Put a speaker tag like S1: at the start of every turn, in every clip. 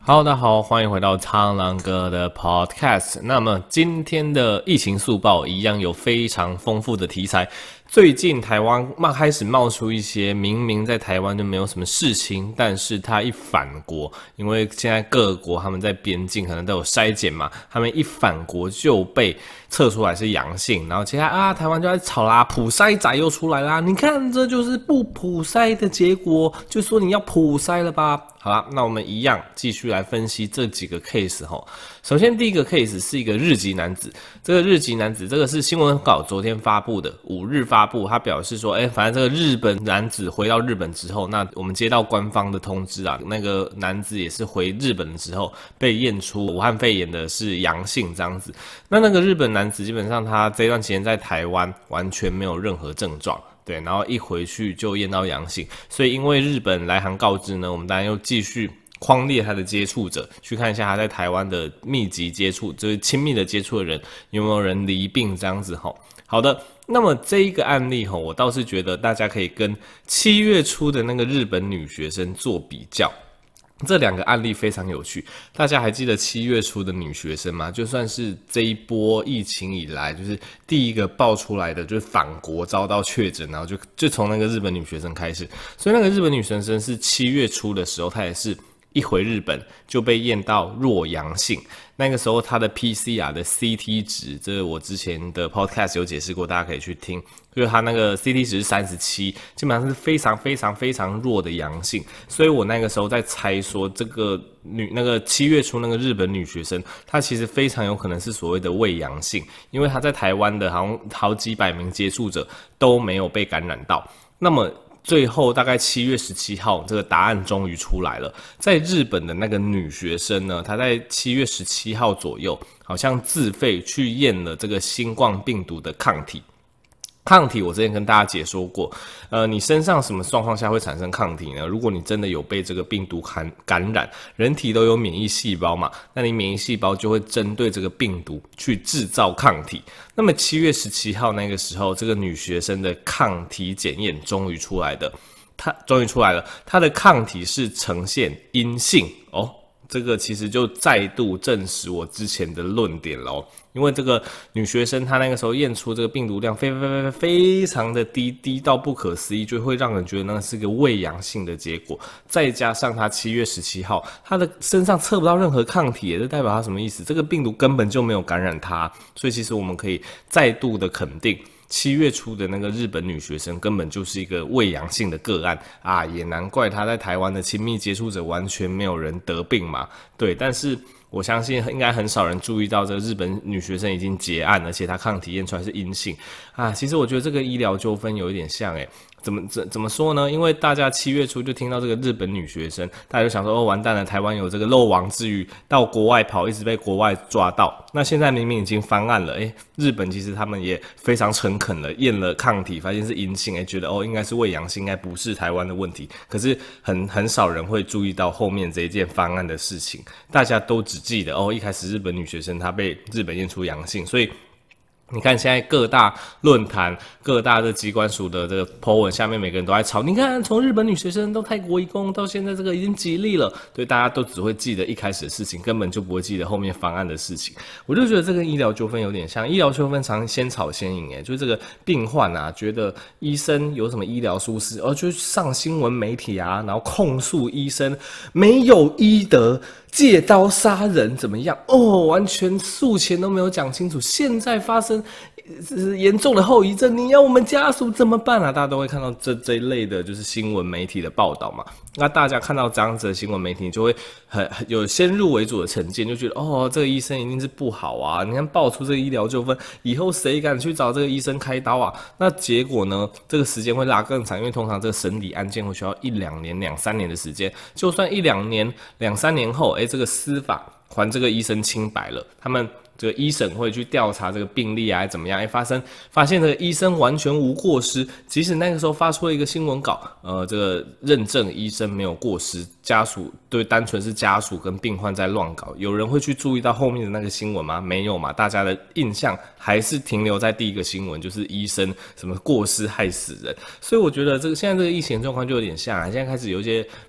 S1: Hello，大家好，欢迎回到苍狼哥的 Podcast。那么今天的疫情速报一样有非常丰富的题材。最近台湾开始冒出一些明明在台湾就没有什么事情，但是他一返国，因为现在各国他们在边境可能都有筛检嘛，他们一返国就被测出来是阳性，然后接下来台湾就在吵啦，普筛仔又出来啦，你看这就是不普筛的结果，就说你要普筛了吧。好啦，那我们一样继续来分析这几个 case 齁。首先第一个 case 是一个日籍男子，这个日籍男子这个是新闻稿昨天发布的，5日发布，他表示说，反正这个日本男子回到日本之后，那我们接到官方的通知啊，那个男子也是回日本的时候被验出武汉肺炎的是阳性这样子。那个日本男子基本上他这段期间在台湾完全没有任何症状。对，然后一回去就验到阳性，所以因为日本来函告知呢，我们当然又继续匡列他的接触者，去看一下他在台湾的密集接触，就是亲密的接触的人有没有人罹病这样子齁。好的，那么这一个案例齁，我倒是觉得大家可以跟7月初的那个日本女学生做比较。这两个案例非常有趣，大家还记得7月初的女学生吗？就算是这一波疫情以来，就是第一个爆出来的，就是返国遭到确诊，然后就从那个日本女学生开始。所以那个日本女学生是7月初的时候，她也是一回日本就被验到弱阳性。那个时候她的 PCR 的 CT 值，这个我之前的 podcast 有解释过，大家可以去听。就是她那个 CT 值是37，基本上是非常非常非常弱的阳性。所以我那个时候在猜说，这个那个7月初那个日本女学生，她其实非常有可能是所谓的伪阳性，因为她在台湾的好几百名接触者都没有被感染到。那么最后大概7月17号，这个答案终于出来了。在日本的那个女学生呢，她在7月17号左右，好像自费去验了这个新冠病毒的抗体。抗体我之前跟大家解说过，你身上什么状况下会产生抗体呢？如果你真的有被这个病毒感染，人体都有免疫细胞嘛，那你免疫细胞就会针对这个病毒去制造抗体。那么7月17号那个时候，这个女学生的抗体检验终于出来了，她的抗体是呈现阴性哦。这个其实就再度证实我之前的论点咯，因为这个女学生她那个时候验出这个病毒量非常的低，低到不可思议，就会让人觉得那是个伪阳性的结果。再加上她7月17号，她的身上测不到任何抗体，这代表她什么意思？这个病毒根本就没有感染她，所以其实我们可以再度的肯定。7月初的那个日本女学生根本就是一个伪阳性的个案啊，也难怪她在台湾的亲密接触者完全没有人得病嘛。对，但是我相信应该很少人注意到这个日本女学生已经结案，而且她抗体验出来是阴性啊。其实我觉得这个医疗纠纷有一点像怎么说呢？因为大家7月初就听到这个日本女学生，大家就想说完蛋了，台湾有这个漏网之鱼，到国外跑，一直被国外抓到。那现在明明已经翻案了，日本其实他们也非常诚恳了，验了抗体，发现是阴性，觉得应该是伪阳性，应该不是台湾的问题。可是很少人会注意到后面这一件翻案的事情，大家都只记得一开始日本女学生她被日本验出阳性，所以你看现在各大论坛、各大的机关署的这个 po 文下面，每个人都在吵。你看，从日本女学生到泰国移工，到现在这个已经几例了，对，大家都只会记得一开始的事情，根本就不会记得后面方案的事情。我就觉得这跟医疗纠纷有点像，医疗纠纷常先吵先赢，就是这个病患啊，觉得医生有什么医疗疏失，就上新闻媒体啊，然后控诉医生没有医德。借刀杀人怎么样？完全术前都没有讲清楚。现在发生严重的后遗症，你要我们家属怎么办啊？大家都会看到这一类的，就是新闻媒体的报道嘛。那大家看到这样子的新闻媒体，就会很有先入为主的成见，就觉得这个医生一定是不好啊！你看爆出这个医疗纠纷，以后谁敢去找这个医生开刀啊？那结果呢？这个时间会拉更长，因为通常这个审理案件会需要1-2年、2-3年的时间。就算1-2年、2-3年后，这个司法还这个医生清白了，他们这个医审会去调查这个病例啊，怎么样？发现这个医生完全无过失，即使那个时候发出了一个新闻稿，这个认证医生没有过失，家属对单纯是家属跟病患在乱搞，有人会去注意到后面的那个新闻吗？没有嘛，大家的印象还是停留在第一个新闻，就是医生什么过失害死人。所以我觉得现在这个疫情状况就有点像现在开始有一些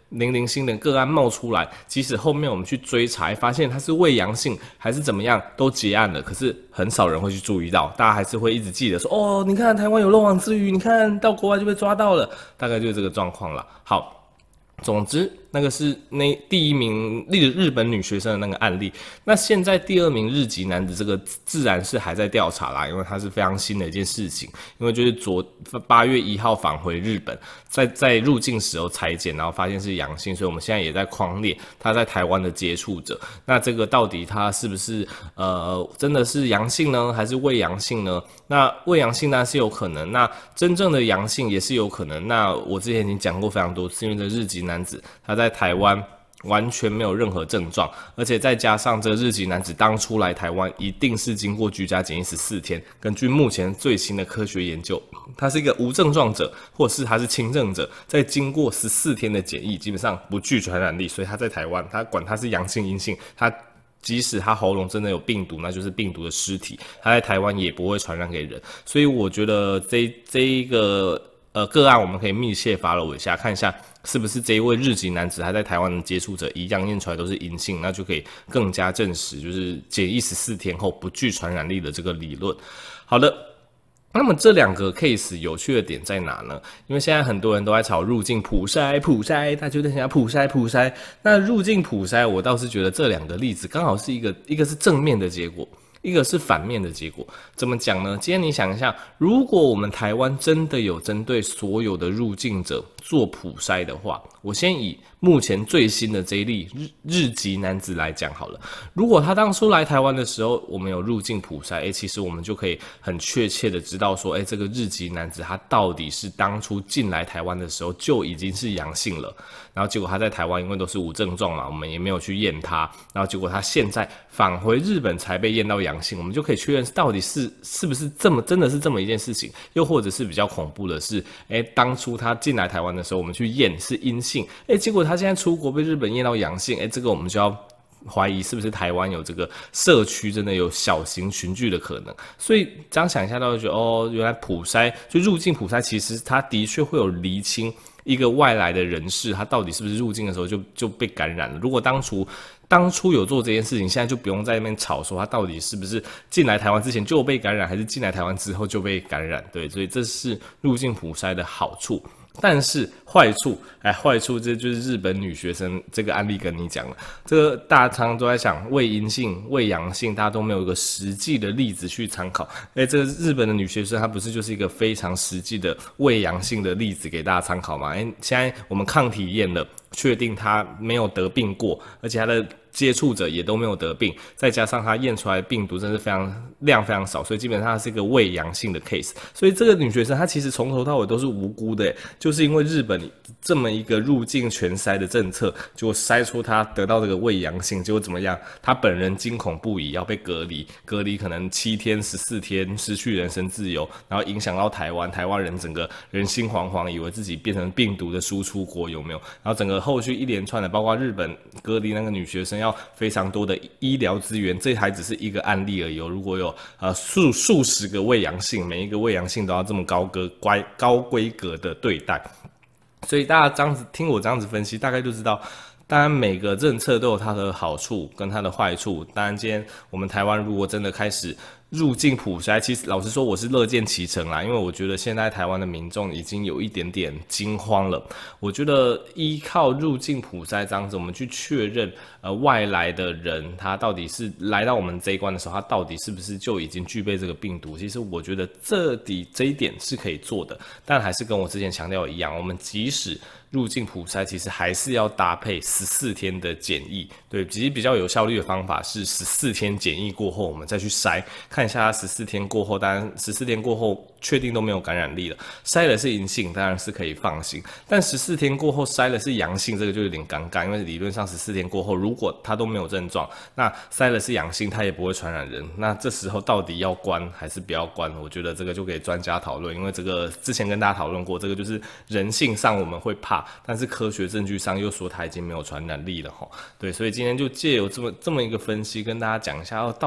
S1: 零零星的个案冒出来，即使后面我们去追查，发现它是伪阳性还是怎么样，都结案了，可是很少人会去注意到，大家还是会一直记得说，哦，你看台湾有漏网之鱼，你看到国外就被抓到了，大概就是这个状况了。好，总之那个是第一名日本女学生的那个案例。那现在第二名日籍男子，这个自然是还在调查啦，因为它是非常新的一件事情。因为就是8月1号返回日本，在入境时候采检，然后发现是阳性，所以我们现在也在匡列他在台湾的接触者。那这个到底他是不是真的是阳性呢，还是伪阳性呢？那伪阳性当然是有可能，那真正的阳性也是有可能。那我之前已经讲过非常多次，因为这日籍男子他在台湾完全没有任何症状，而且再加上这个日籍男子当初来台湾一定是经过居家检疫14天，根据目前最新的科学研究，他是一个无症状者，或是他是轻症者，在经过14天的检疫，基本上不具传染力，所以他在台湾，他管他是阳性阴性，他即使他喉咙真的有病毒，那就是病毒的尸体，他在台湾也不会传染给人。所以我觉得这一个个案我们可以密切 follow 一下，看一下是不是这一位日籍男子他在台湾的接触者一样验出来都是阴性，那就可以更加证实就是检疫14天后不具传染力的这个理论。好的，那么这两个 case 有趣的点在哪呢？因为现在很多人都在吵入境普筛，他就在想普筛。那入境普筛，我倒是觉得这两个例子刚好是一个是正面的结果，一个是反面的结果。怎么讲呢？今天你想一下，如果我们台湾真的有针对所有的入境者做普筛的话，我先以目前最新的这一例日籍男子来讲好了。如果他当初来台湾的时候，我们有入境普筛，其实我们就可以很确切的知道说，这个日籍男子他到底是当初进来台湾的时候就已经是阳性了，然后结果他在台湾因为都是无症状嘛，我们也没有去验他，然后结果他现在返回日本才被验到阳性，我们就可以确认到底是不是真的是这么一件事情，又或者是比较恐怖的是，当初他进来台湾的时候，我们去验是阴性，结果他现在出国被日本验到阳性，这个我们就要怀疑是不是台湾有这个社区真的有小型群聚的可能。所以这样想一下，大家就觉得原来普筛就入境普筛，其实它的确会有厘清一个外来的人士，他到底是不是入境的时候就被感染了。如果当初有做这件事情，现在就不用在那边吵说他到底是不是进来台湾之前就被感染，还是进来台湾之后就被感染。对，所以这是入境普筛的好处。但是坏处这就是日本女学生这个案例跟你讲了，这个大家常常都在想伪阴性、伪阳性，大家都没有一个实际的例子去参考。这个日本的女学生她不是就是一个非常实际的伪阳性的例子给大家参考吗？现在我们抗体验了，确定她没有得病过，而且她的接触者也都没有得病，再加上她验出来的病毒真是量非常少，所以基本上她是一个伪阳性的 case。所以这个女学生她其实从头到尾都是无辜的，就是因为日本这么一个入境全筛的政策，结果筛出她得到这个伪阳性，结果怎么样？她本人惊恐不已，要被隔离可能7天14天，失去人身自由，然后影响到台湾人整个人心惶惶，以为自己变成病毒的输出国，有没有？然后整个后续一连串的，包括日本隔离那个女学生要非常多的医疗资源，这还只是一个案例而已。如果有数十个伪阳性，每一个伪阳性都要这么高规格的对待，所以大家这样子听我这样子分析，大概就知道。当然，每个政策都有它的好处跟它的坏处。当然，今天我们台湾如果真的开始入境普筛，其实老实说我是乐见其成啦，因为我觉得现在台湾的民众已经有一点点惊慌了。我觉得依靠入境普筛这样子，我们去确认外来的人他到底是来到我们这一关的时候，他到底是不是就已经具备这个病毒？其实我觉得这一点是可以做的，但还是跟我之前强调的一样，我们即使入境普筛其实还是要搭配14天的检疫，对，其实比较有效率的方法是14天检疫过后，我们再去筛，看一下它14天过后，当然14天过后确定都没有感染力了，筛了是阴性，当然是可以放心。但14天过后筛了是阳性，这个就有点尴尬，因为理论上14天过后，如果他都没有症状，那筛了是阳性，他也不会传染人，那这时候到底要关还是不要关？我觉得这个就给专家讨论，因为这个之前跟大家讨论过，这个就是人性上我们会怕。但是科学证据上又说它已经没有传染力了齁，对，所以今天就借由这么一个分析，跟大家讲一下，到底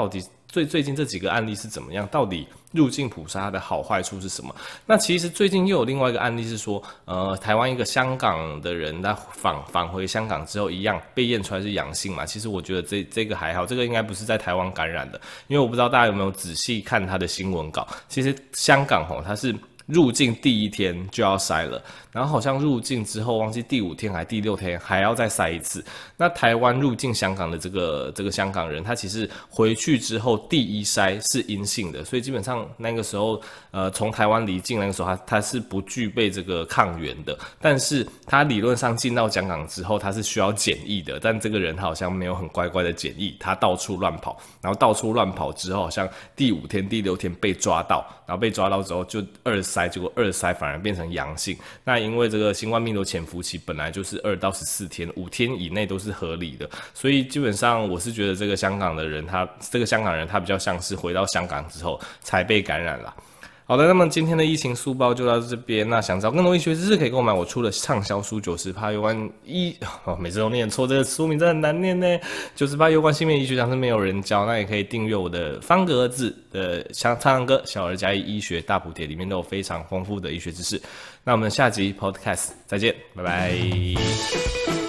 S1: 最近这几个案例是怎么样？到底入境普筛它的好坏处是什么？那其实最近又有另外一个案例是说，台湾一个香港的人，他返回香港之后，一样被验出来是阳性嘛。其实我觉得这个还好，这个应该不是在台湾感染的，因为我不知道大家有没有仔细看他的新闻稿。其实香港它是入境第1天就要筛了，然后好像入境之后忘记第5天还第6天还要再筛一次。那台湾入境香港的这个香港人，他其实回去之后第1筛是阴性的，所以基本上那个时候从台湾离境那个时候他是不具备这个抗原的，但是他理论上进到香港之后他是需要检疫的，但这个人他好像没有很乖乖的检疫，他到处乱跑，然后到处乱跑之后好像第5天第6天被抓到，然后被抓到之后就2筛，结果2筛反而变成阳性。那因为这个新冠病毒潜伏期本来就是2到14天，5天以内都是合理的，所以基本上我是觉得这个香港人他比较像是回到香港之后才被感染啦。好的，那么今天的疫情速报就到这边。那想知道更多医学知识，可以购买我出的畅销书90%有关每次都念错，这个书名真的很难念呢。90%有关性别医学常识没有人教，那也可以订阅我的方格子的唱唱歌小儿加一医学大补帖，里面都有非常丰富的医学知识。那我们下集 Podcast 再见，拜拜。